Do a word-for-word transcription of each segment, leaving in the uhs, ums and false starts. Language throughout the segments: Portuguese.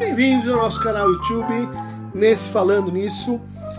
Bem-vindos ao nosso canal YouTube, nesse Falando Nisso,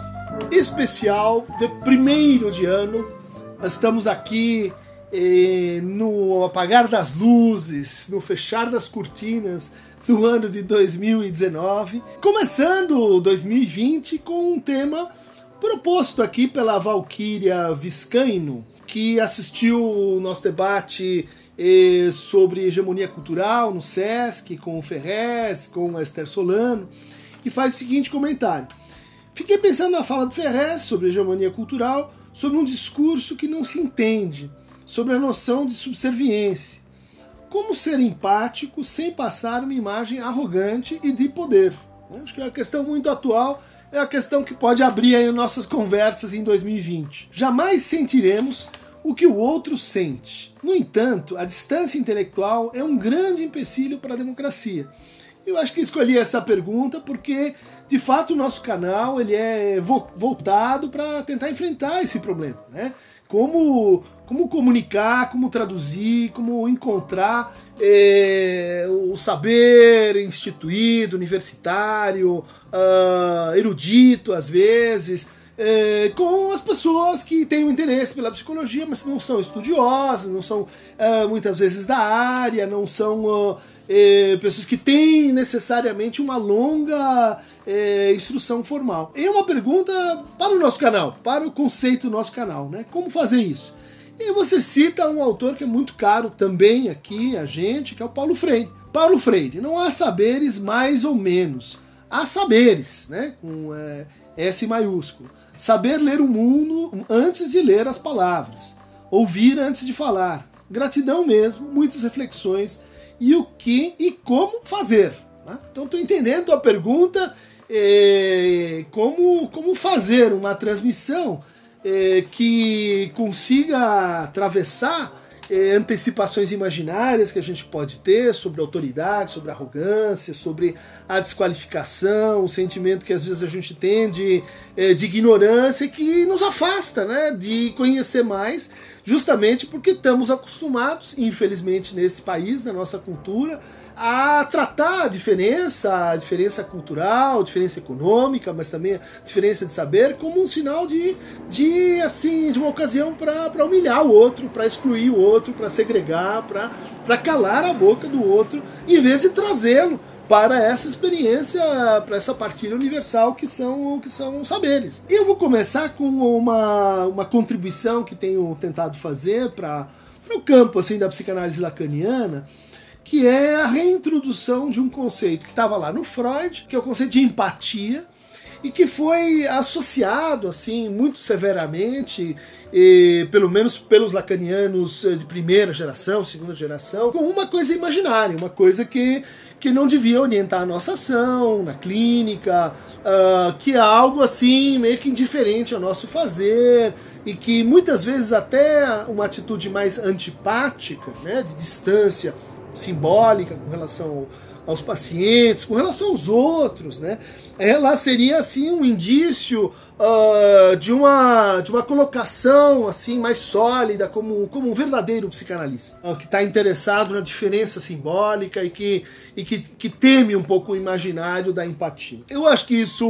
especial de primeiro de ano. Nós estamos aqui eh, no apagar das luzes, no fechar das cortinas do ano de dois mil e dezenove, começando dois mil e vinte com um tema proposto aqui pela Valquíria Viscaino, que assistiu o nosso debate eh, sobre hegemonia cultural no Sesc, com o Ferrez, com a Esther Solano, e faz o seguinte comentário. Fiquei pensando na fala do Ferrez sobre hegemonia cultural, sobre um discurso que não se entende, sobre a noção de subserviência. Como ser empático sem passar uma imagem arrogante e de poder? Acho que é uma questão muito atual, é a questão que pode abrir aí nossas conversas em dois mil e vinte. Jamais sentiremos o que o outro sente. No entanto, a distância intelectual é um grande empecilho para a democracia. Eu acho que escolhi essa pergunta porque, de fato, o nosso canal ele é vo- voltado para tentar enfrentar esse problema, né? Como, como comunicar, como traduzir, como encontrar é, o saber instituído, universitário, uh, erudito, às vezes, é, com as pessoas que têm um interesse pela psicologia, mas não são estudiosas, não são uh, muitas vezes da área, não são uh, é, pessoas que têm necessariamente uma longa É, instrução formal. E uma pergunta para o nosso canal, para o conceito do nosso canal, né? Como fazer isso? E você cita um autor que é muito caro também aqui, a gente, que é o Paulo Freire. Paulo Freire, não há saberes mais ou menos, há saberes, né? Com é, S maiúsculo. Saber ler o mundo antes de ler as palavras, ouvir antes de falar, gratidão mesmo, muitas reflexões e o que e como fazer. Né? Então estou entendendo a pergunta. É, como, como fazer uma transmissão é, que consiga atravessar é, antecipações imaginárias que a gente pode ter sobre a autoridade, sobre a arrogância, sobre a desqualificação, o sentimento que às vezes a gente tem de, é, de ignorância que nos afasta, né, de conhecer mais, justamente porque estamos acostumados, infelizmente nesse país, na nossa cultura, a tratar a diferença, a diferença cultural, a diferença econômica, mas também a diferença de saber como um sinal de, de, assim, de uma ocasião para humilhar o outro, para excluir o outro, para segregar, para calar a boca do outro, em vez de trazê-lo para essa experiência, para essa partilha universal que são, que são saberes. E eu vou começar com uma, uma contribuição que tenho tentado fazer para o campo assim, da psicanálise lacaniana, que é a reintrodução de um conceito que estava lá no Freud, que é o conceito de empatia, e que foi associado assim muito severamente, e, pelo menos pelos lacanianos de primeira geração, segunda geração, com uma coisa imaginária, uma coisa que, que não devia orientar a nossa ação na clínica, uh, que é algo assim meio que indiferente ao nosso fazer, e que muitas vezes até uma atitude mais antipática, né, de distância simbólica com relação aos pacientes, com relação aos outros, né? Ela seria assim um indício uh, de, uma, de uma colocação assim mais sólida como, como um verdadeiro psicanalista, uh, que está interessado na diferença simbólica e, que, e que, que teme um pouco o imaginário da empatia. Eu acho que isso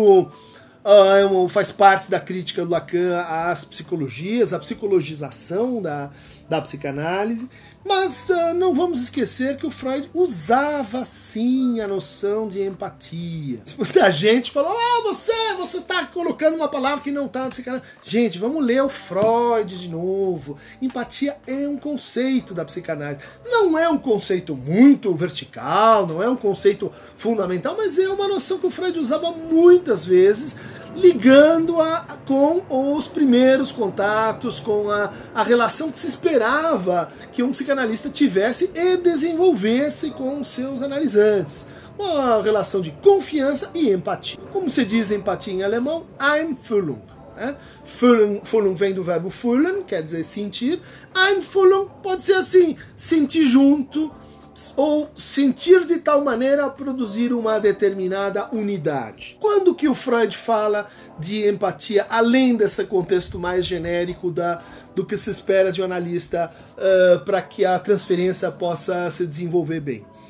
uh, faz parte da crítica do Lacan às psicologias, à psicologização da, da psicanálise. Mas uh, não vamos esquecer que o Freud usava sim a noção de empatia. Muita gente falou, ah, você você está colocando uma palavra que não está no psicanálise. Gente, vamos ler o Freud de novo. Empatia é um conceito da psicanálise. Não é um conceito muito vertical, não é um conceito fundamental, mas é uma noção que o Freud usava muitas vezes, ligando-a com os primeiros contatos, com a, a relação que se esperava que um psicanalista tivesse e desenvolvesse com os seus analisantes. Uma relação de confiança e empatia. Como se diz empatia em alemão, Einfühlung. Né? Fühlen, Fühlen vem do verbo fühlen, quer dizer sentir. Einfühlung pode ser assim, sentir junto, ou sentir de tal maneira a produzir uma determinada unidade. Quando que o Freud fala de empatia, além desse contexto mais genérico da, do que se espera de um analista uh, para que a transferência possa se desenvolver bem?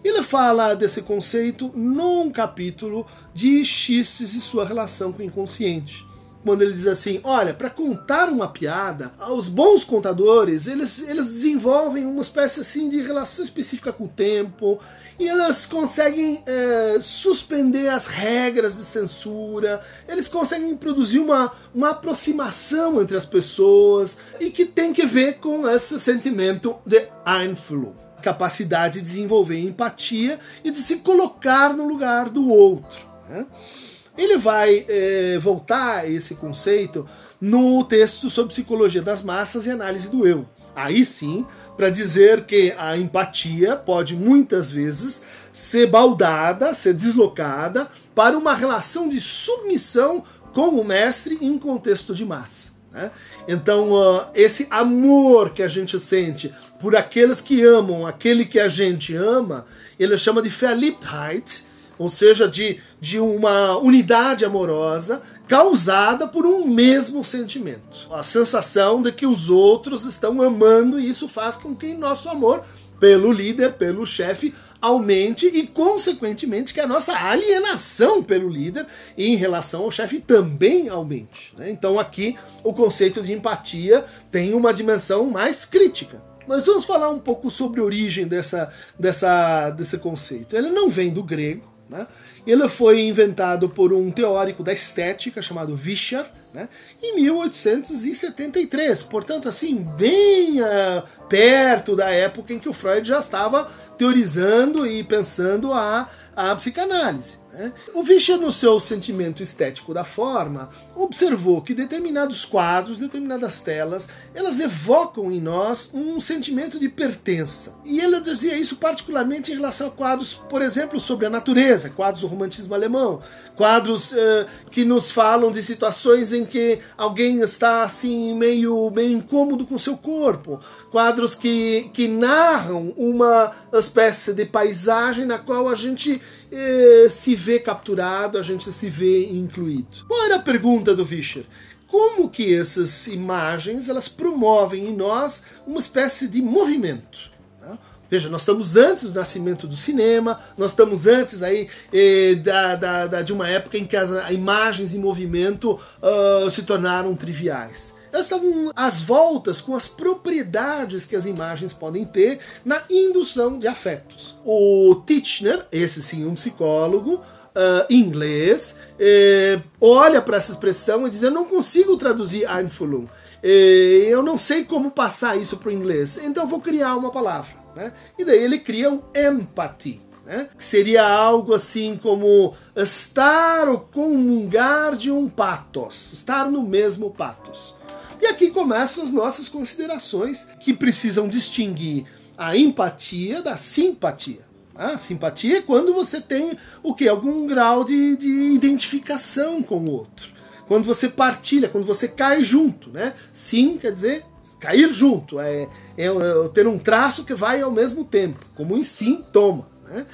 Ele fala desse conceito num capítulo de xistes e sua relação com o inconsciente. Quando ele diz assim, olha, para contar uma piada, os bons contadores, eles, eles desenvolvem uma espécie assim de relação específica com o tempo, e eles conseguem é, suspender as regras de censura, eles conseguem produzir uma, uma aproximação entre as pessoas, e que tem que ver com esse sentimento de Einfühlung, capacidade de desenvolver empatia e de se colocar no lugar do outro, né? Ele vai é, voltar a esse conceito no texto sobre psicologia das massas e análise do eu. Aí sim, para dizer que a empatia pode muitas vezes ser baldada, ser deslocada para uma relação de submissão com o mestre em contexto de massa, né? Então, uh, esse amor que a gente sente por aqueles que amam aquele que a gente ama, ele chama de Verliebtheit, ou seja, de, de uma unidade amorosa causada por um mesmo sentimento. A sensação de que os outros estão amando, e isso faz com que nosso amor pelo líder, pelo chefe, aumente e, consequentemente, que a nossa alienação pelo líder e em relação ao chefe também aumente, né? Então aqui o conceito de empatia tem uma dimensão mais crítica. Mas vamos falar um pouco sobre a origem dessa, dessa, desse conceito. Ele não vem do grego, né? Ele foi inventado por um teórico da estética chamado Vischer, né, em mil oitocentos e setenta e três, portanto assim, bem uh, perto da época em que o Freud já estava teorizando e pensando a, a psicanálise, né? O Vischer, no seu sentimento estético da forma, observou que determinados quadros, determinadas telas, elas evocam em nós um sentimento de pertença. E ele dizia isso particularmente em relação a quadros, por exemplo, sobre a natureza, quadros do romantismo alemão, quadros uh, que nos falam de situações em que alguém está assim meio, meio incômodo com seu corpo, quadros que, que narram uma espécie de paisagem na qual a gente eh, se vê capturado, a gente se vê incluído. Qual era a pergunta do Vischer? Como que essas imagens elas promovem em nós uma espécie de movimento? Né? Veja, nós estamos antes do nascimento do cinema, nós estamos antes aí, eh, da, da, da, de uma época em que as imagens em movimento uh, se tornaram triviais. Elas estavam às voltas com as propriedades que as imagens podem ter na indução de afetos. O Titchener, esse sim um psicólogo, Uh, inglês, eh, olha para essa expressão e diz, eu não consigo traduzir Einfühlung, eh, eu não sei como passar isso para o inglês, então vou criar uma palavra, né? E daí ele cria o empathy, né? Que seria algo assim como estar ou comungar de um pathos, estar no mesmo pathos. E aqui começam as nossas considerações, que precisam distinguir a empatia da simpatia. A simpatia é quando você tem o quê? Algum grau de, de identificação com o outro. Quando você partilha, quando você cai junto, né? Sim quer dizer cair junto, é, é, é ter um traço que vai ao mesmo tempo, como em sintoma, né?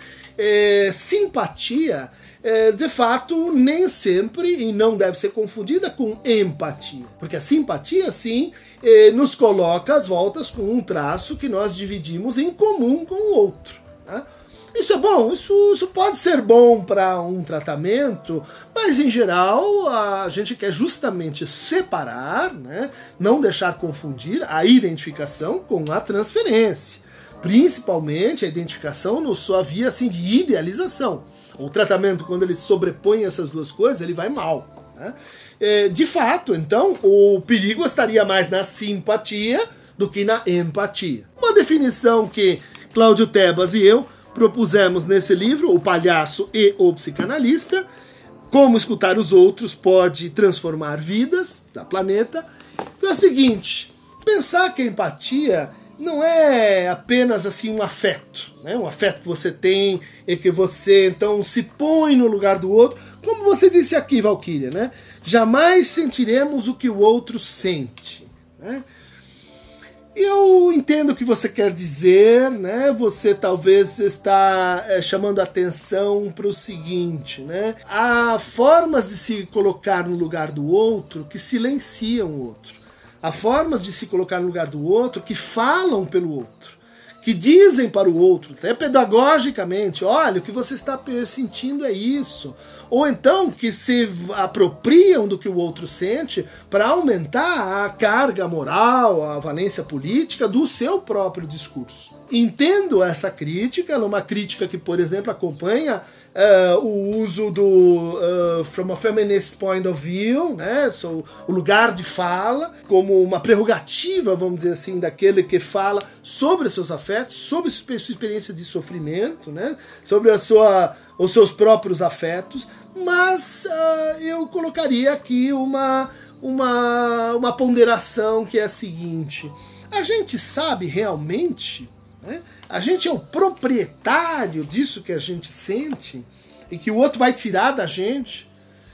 É, simpatia, é, de fato, nem sempre, e não deve ser confundida com empatia, porque a simpatia, sim, é, nos coloca às voltas com um traço que nós dividimos em comum com o outro, né? Isso é bom, isso, isso pode ser bom para um tratamento, mas em geral a gente quer justamente separar, né, não deixar confundir a identificação com a transferência. Principalmente a identificação no sua via assim, de idealização. O tratamento, quando ele sobrepõe essas duas coisas, ele vai mal, né? É, de fato, então, o perigo estaria mais na simpatia do que na empatia. Uma definição que Cláudio Tebas e eu propusemos nesse livro, O Palhaço e o Psicanalista, como escutar os outros pode transformar vidas da planeta, é o seguinte, pensar que a empatia não é apenas assim um afeto, né? Um afeto que você tem e que você então se põe no lugar do outro, como você disse aqui, Valquíria, né? Jamais sentiremos o que o outro sente, né? Eu entendo o que você quer dizer, né? Você talvez está é, chamando a atenção para o seguinte, né? Há formas de se colocar no lugar do outro que silenciam o outro. Há formas de se colocar no lugar do outro que falam pelo outro, que dizem para o outro, até pedagogicamente, olha, o que você está sentindo é isso. Ou então que se apropriam do que o outro sente para aumentar a carga moral, a valência política do seu próprio discurso. Entendo essa crítica, ela é uma crítica que, por exemplo, acompanha Uh, o uso do uh, from a feminist point of view, né, so, o lugar de fala como uma prerrogativa, vamos dizer assim, daquele que fala sobre os seus afetos, sobre a sua experiência de sofrimento, né, sobre a sua, os seus próprios afetos, mas uh, eu colocaria aqui uma, uma, uma ponderação que é a seguinte: a gente sabe realmente, né, a gente é o proprietário disso que a gente sente e que o outro vai tirar da gente.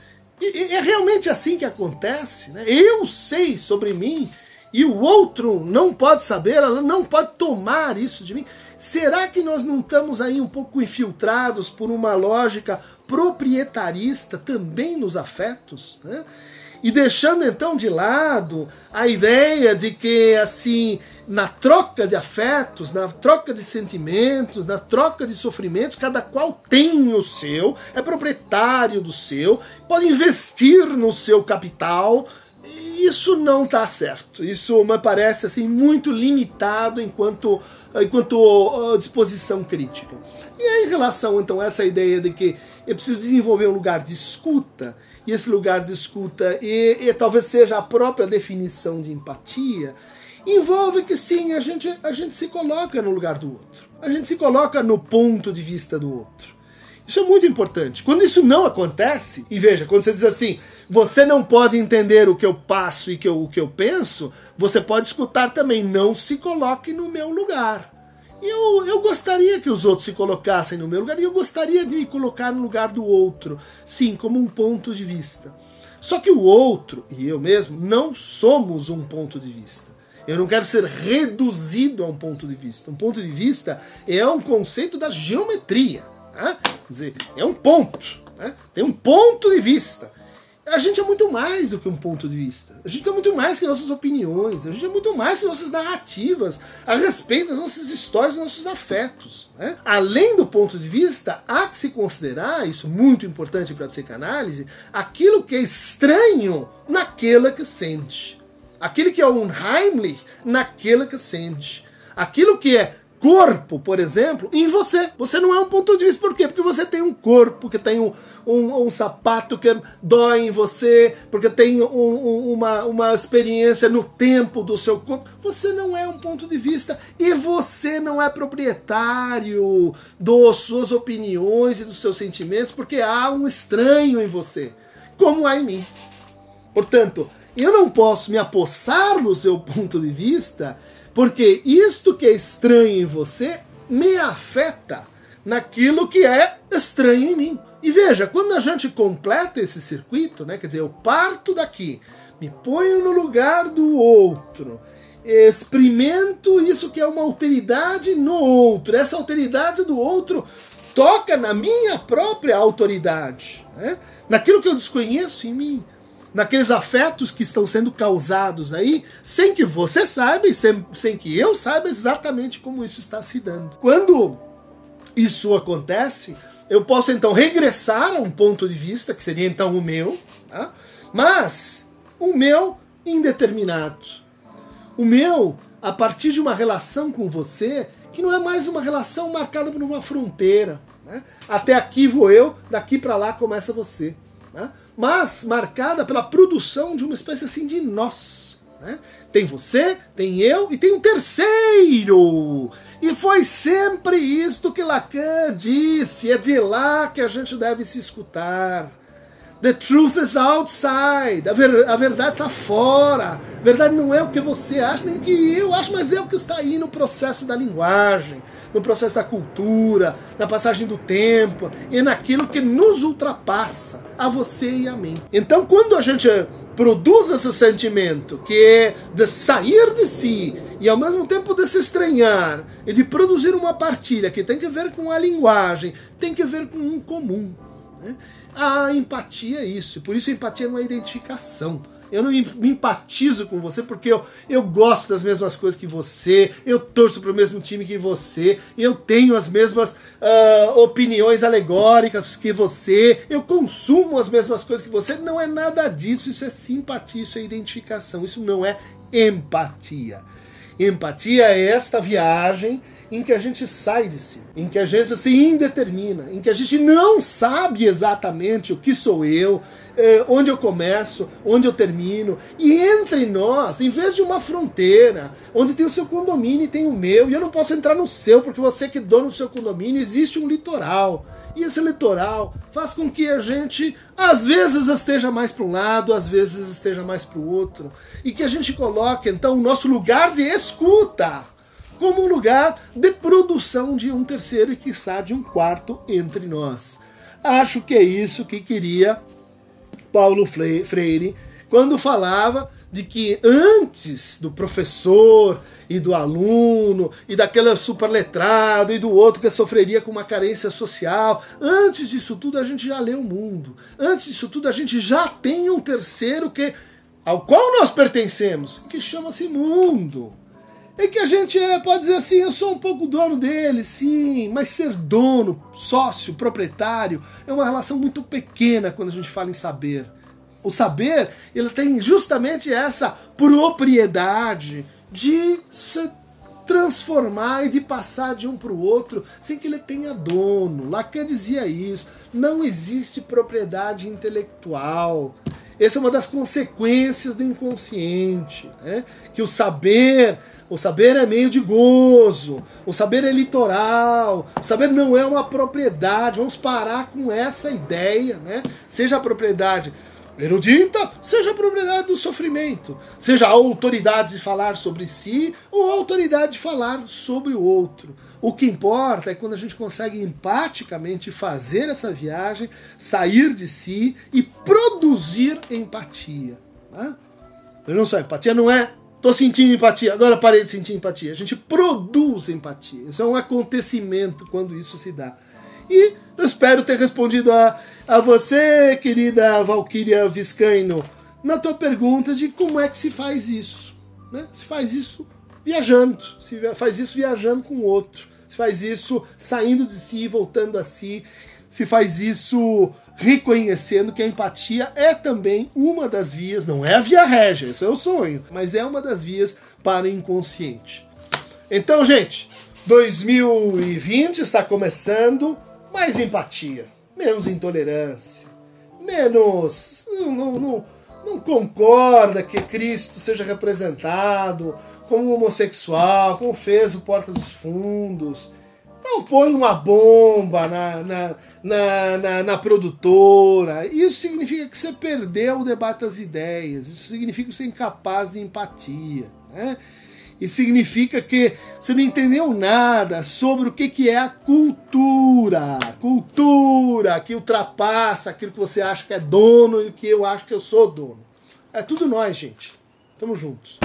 E, e é realmente assim que acontece, né? Eu sei sobre mim e o outro não pode saber, ela não pode tomar isso de mim. Será que nós não estamos aí um pouco infiltrados por uma lógica proprietarista também nos afetos, né? E deixando então de lado a ideia de que, assim, na troca de afetos, na troca de sentimentos, na troca de sofrimentos, cada qual tem o seu, é proprietário do seu, pode investir no seu capital. Isso não está certo. Isso me parece assim muito limitado enquanto, enquanto disposição crítica. E aí, em relação então a essa ideia de que eu preciso desenvolver um lugar de escuta, e esse lugar de escuta e, e talvez seja a própria definição de empatia, envolve que sim, a gente, a gente se coloca no lugar do outro. A gente se coloca no ponto de vista do outro. Isso é muito importante. Quando isso não acontece, e veja, quando você diz assim, você não pode entender o que eu passo e que eu, o que eu penso, você pode escutar também, não se coloque no meu lugar. Eu, eu gostaria que os outros se colocassem no meu lugar, e eu gostaria de me colocar no lugar do outro, sim, como um ponto de vista. Só que o outro, e eu mesmo, não somos um ponto de vista. Eu não quero ser reduzido a um ponto de vista. Um ponto de vista é um conceito da geometria. Né? Quer dizer, é um ponto. Né? Tem um ponto de vista. A gente é muito mais do que um ponto de vista. A gente é muito mais que nossas opiniões. A gente é muito mais que nossas narrativas a respeito das nossas histórias, dos nossos afetos. Né? Além do ponto de vista, há que se considerar, isso é muito importante para a psicanálise, aquilo que é estranho naquela que sente. Aquilo que é unheimlich naquela que sente. Aquilo que é corpo, por exemplo, em você. Você não é um ponto de vista. Por quê? Porque você tem um corpo, que tem um, um, um sapato que dói em você, porque tem um, um, uma, uma experiência no tempo do seu corpo. Você não é um ponto de vista e você não é proprietário das suas opiniões e dos seus sentimentos, porque há um estranho em você, como há em mim. Portanto, eu não posso me apossar do seu ponto de vista, porque isto que é estranho em você me afeta naquilo que é estranho em mim. E veja, quando a gente completa esse circuito, né, quer dizer, eu parto daqui, me ponho no lugar do outro, experimento isso que é uma alteridade no outro, essa alteridade do outro toca na minha própria autoridade, né, naquilo que eu desconheço em mim, naqueles afetos que estão sendo causados aí, sem que você saiba e sem, sem que eu saiba exatamente como isso está se dando. Quando isso acontece, eu posso então regressar a um ponto de vista, que seria então o meu, tá? Mas o meu indeterminado. O meu a partir de uma relação com você que não é mais uma relação marcada por uma fronteira. Né? Até aqui vou eu, daqui para lá começa você. Né? Mas marcada pela produção de uma espécie assim de nós. Né? Tem você, tem eu e tem um terceiro. E foi sempre isto que Lacan disse, é de lá que a gente deve se escutar. The truth is outside, a, ver, a verdade está fora, a verdade não é o que você acha, nem o que eu acho, mas é o que está aí no processo da linguagem, no processo da cultura, na passagem do tempo, e naquilo que nos ultrapassa, a você e a mim. Então quando a gente produz esse sentimento, que é de sair de si, e ao mesmo tempo de se estranhar, e de produzir uma partilha que tem que ver com a linguagem, tem que ver com um comum, né? A empatia é isso, por isso a empatia não é identificação. Eu não me empatizo com você porque eu, eu gosto das mesmas coisas que você, eu torço para o mesmo time que você, eu tenho as mesmas uh, opiniões alegóricas que você, eu consumo as mesmas coisas que você. Não é nada disso, isso é simpatia, isso é identificação, isso não é empatia. Empatia é esta viagem em que a gente sai de si, em que a gente se indetermina, em que a gente não sabe exatamente o que sou eu, onde eu começo, onde eu termino, e entre nós, em vez de uma fronteira, onde tem o seu condomínio e tem o meu, e eu não posso entrar no seu, porque você que é dono do seu condomínio, existe um litoral, e esse litoral faz com que a gente, às vezes, esteja mais para um lado, às vezes esteja mais para o outro, e que a gente coloque, então, o nosso lugar de escuta como um lugar de produção de um terceiro e, quiçá, de um quarto entre nós. Acho que é isso que queria Paulo Freire quando falava de que antes do professor e do aluno e daquele superletrado e do outro que sofreria com uma carência social, antes disso tudo a gente já lê o mundo. Antes disso tudo a gente já tem um terceiro que, ao qual nós pertencemos, que chama-se mundo. É que a gente é, pode dizer assim, eu sou um pouco dono dele, sim, mas ser dono, sócio, proprietário, é uma relação muito pequena quando a gente fala em saber. O saber, ele tem justamente essa propriedade de se transformar e de passar de um para o outro sem que ele tenha dono. Lacan dizia isso, não existe propriedade intelectual. Essa é uma das consequências do inconsciente, né? Que o saber... O saber é meio de gozo, o saber é litoral, o saber não é uma propriedade. Vamos parar com essa ideia, né? Seja a propriedade erudita, seja a propriedade do sofrimento, seja a autoridade de falar sobre si ou a autoridade de falar sobre o outro. O que importa é quando a gente consegue empaticamente fazer essa viagem, sair de si e produzir empatia. Né? Eu não sei, empatia não é tô sentindo empatia, agora parei de sentir empatia. A gente produz empatia. Isso é um acontecimento quando isso se dá. E eu espero ter respondido a, a você, querida Valquíria Viscaino, na tua pergunta de como é que se faz isso. Né? Se faz isso viajando, se faz isso viajando com o outro, se faz isso saindo de si e voltando a si, se faz isso reconhecendo que a empatia é também uma das vias, não é a via régia, esse é o sonho, mas é uma das vias para o inconsciente. Então, gente, dois mil e vinte está começando, mais empatia, menos intolerância, menos... Não, não, não, não concorda que Cristo seja representado como homossexual, como fez o Porta dos Fundos. Não põe uma bomba na, na, na, na, na produtora. Isso significa que você perdeu o debate das ideias. Isso significa que você é incapaz de empatia. Né? Isso significa que você não entendeu nada sobre o que, que é a cultura. Cultura que ultrapassa aquilo que você acha que é dono e o que eu acho que eu sou dono. É tudo nós, gente. Tamo juntos.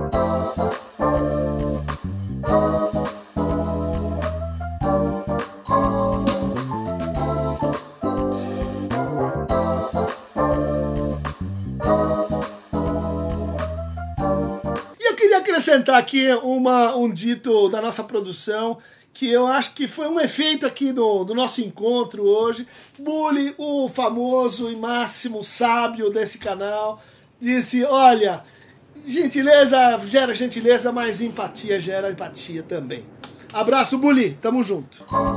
Acrescentar aqui uma, um dito da nossa produção que eu acho que foi um efeito aqui do, do nosso encontro hoje. Bully, o famoso e máximo sábio desse canal, disse, olha, gentileza gera gentileza, mas empatia gera empatia também. Abraço, Bully, tamo junto.